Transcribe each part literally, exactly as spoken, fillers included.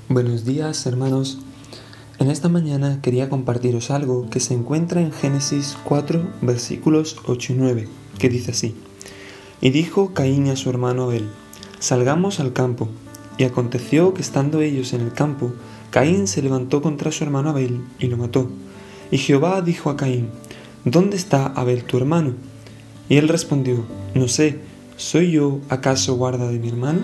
Buenos días, hermanos. En esta mañana quería compartiros algo que se encuentra en Génesis cuatro, versículos ocho y nueve, que dice así: Y dijo Caín a su hermano Abel: Salgamos al campo. Y aconteció que estando ellos en el campo, Caín se levantó contra su hermano Abel y lo mató. Y Jehová dijo a Caín: ¿Dónde está Abel tu hermano? Y él respondió: No sé, ¿soy yo acaso guarda de mi hermano?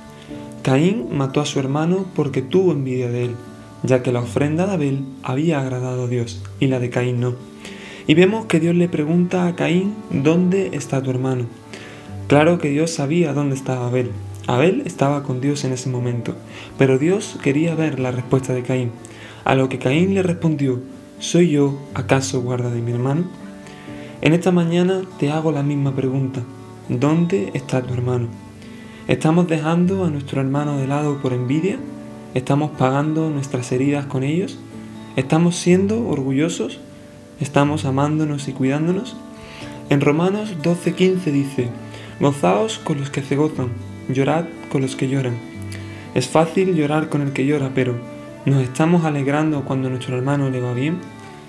Caín mató a su hermano porque tuvo envidia de él, ya que la ofrenda de Abel había agradado a Dios y la de Caín no. Y vemos que Dios le pregunta a Caín: ¿Dónde está tu hermano? Claro que Dios sabía dónde estaba Abel. Abel estaba con Dios en ese momento, pero Dios quería ver la respuesta de Caín, a lo que Caín le respondió: ¿Soy yo acaso guarda de mi hermano? En esta mañana te hago la misma pregunta: ¿dónde está tu hermano? ¿Estamos dejando a nuestro hermano de lado por envidia? ¿Estamos pagando nuestras heridas con ellos? ¿Estamos siendo orgullosos? ¿Estamos amándonos y cuidándonos? En Romanos doce quince dice: Gozaos con los que se gozan, llorad con los que lloran. Es fácil llorar con el que llora, pero ¿nos estamos alegrando cuando a nuestro hermano le va bien?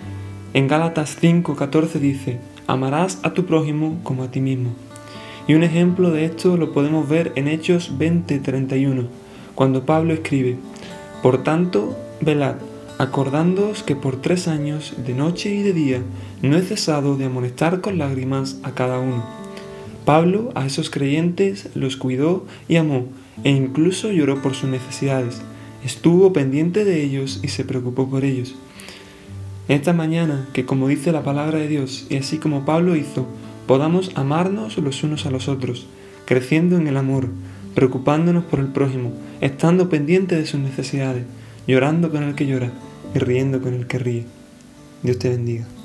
En Gálatas cinco catorce dice: Amarás a tu prójimo como a ti mismo. Y un ejemplo de esto lo podemos ver en Hechos veinte treinta y uno, cuando Pablo escribe: Por tanto, velad, acordándoos que por tres años, de noche y de día, no he cesado de amonestar con lágrimas a cada uno. Pablo a esos creyentes los cuidó y amó, e incluso lloró por sus necesidades. Estuvo pendiente de ellos y se preocupó por ellos. Esta mañana, que como dice la palabra de Dios, y así como Pablo hizo, podamos amarnos los unos a los otros, creciendo en el amor, preocupándonos por el prójimo, estando pendientes de sus necesidades, llorando con el que llora y riendo con el que ríe. Dios te bendiga.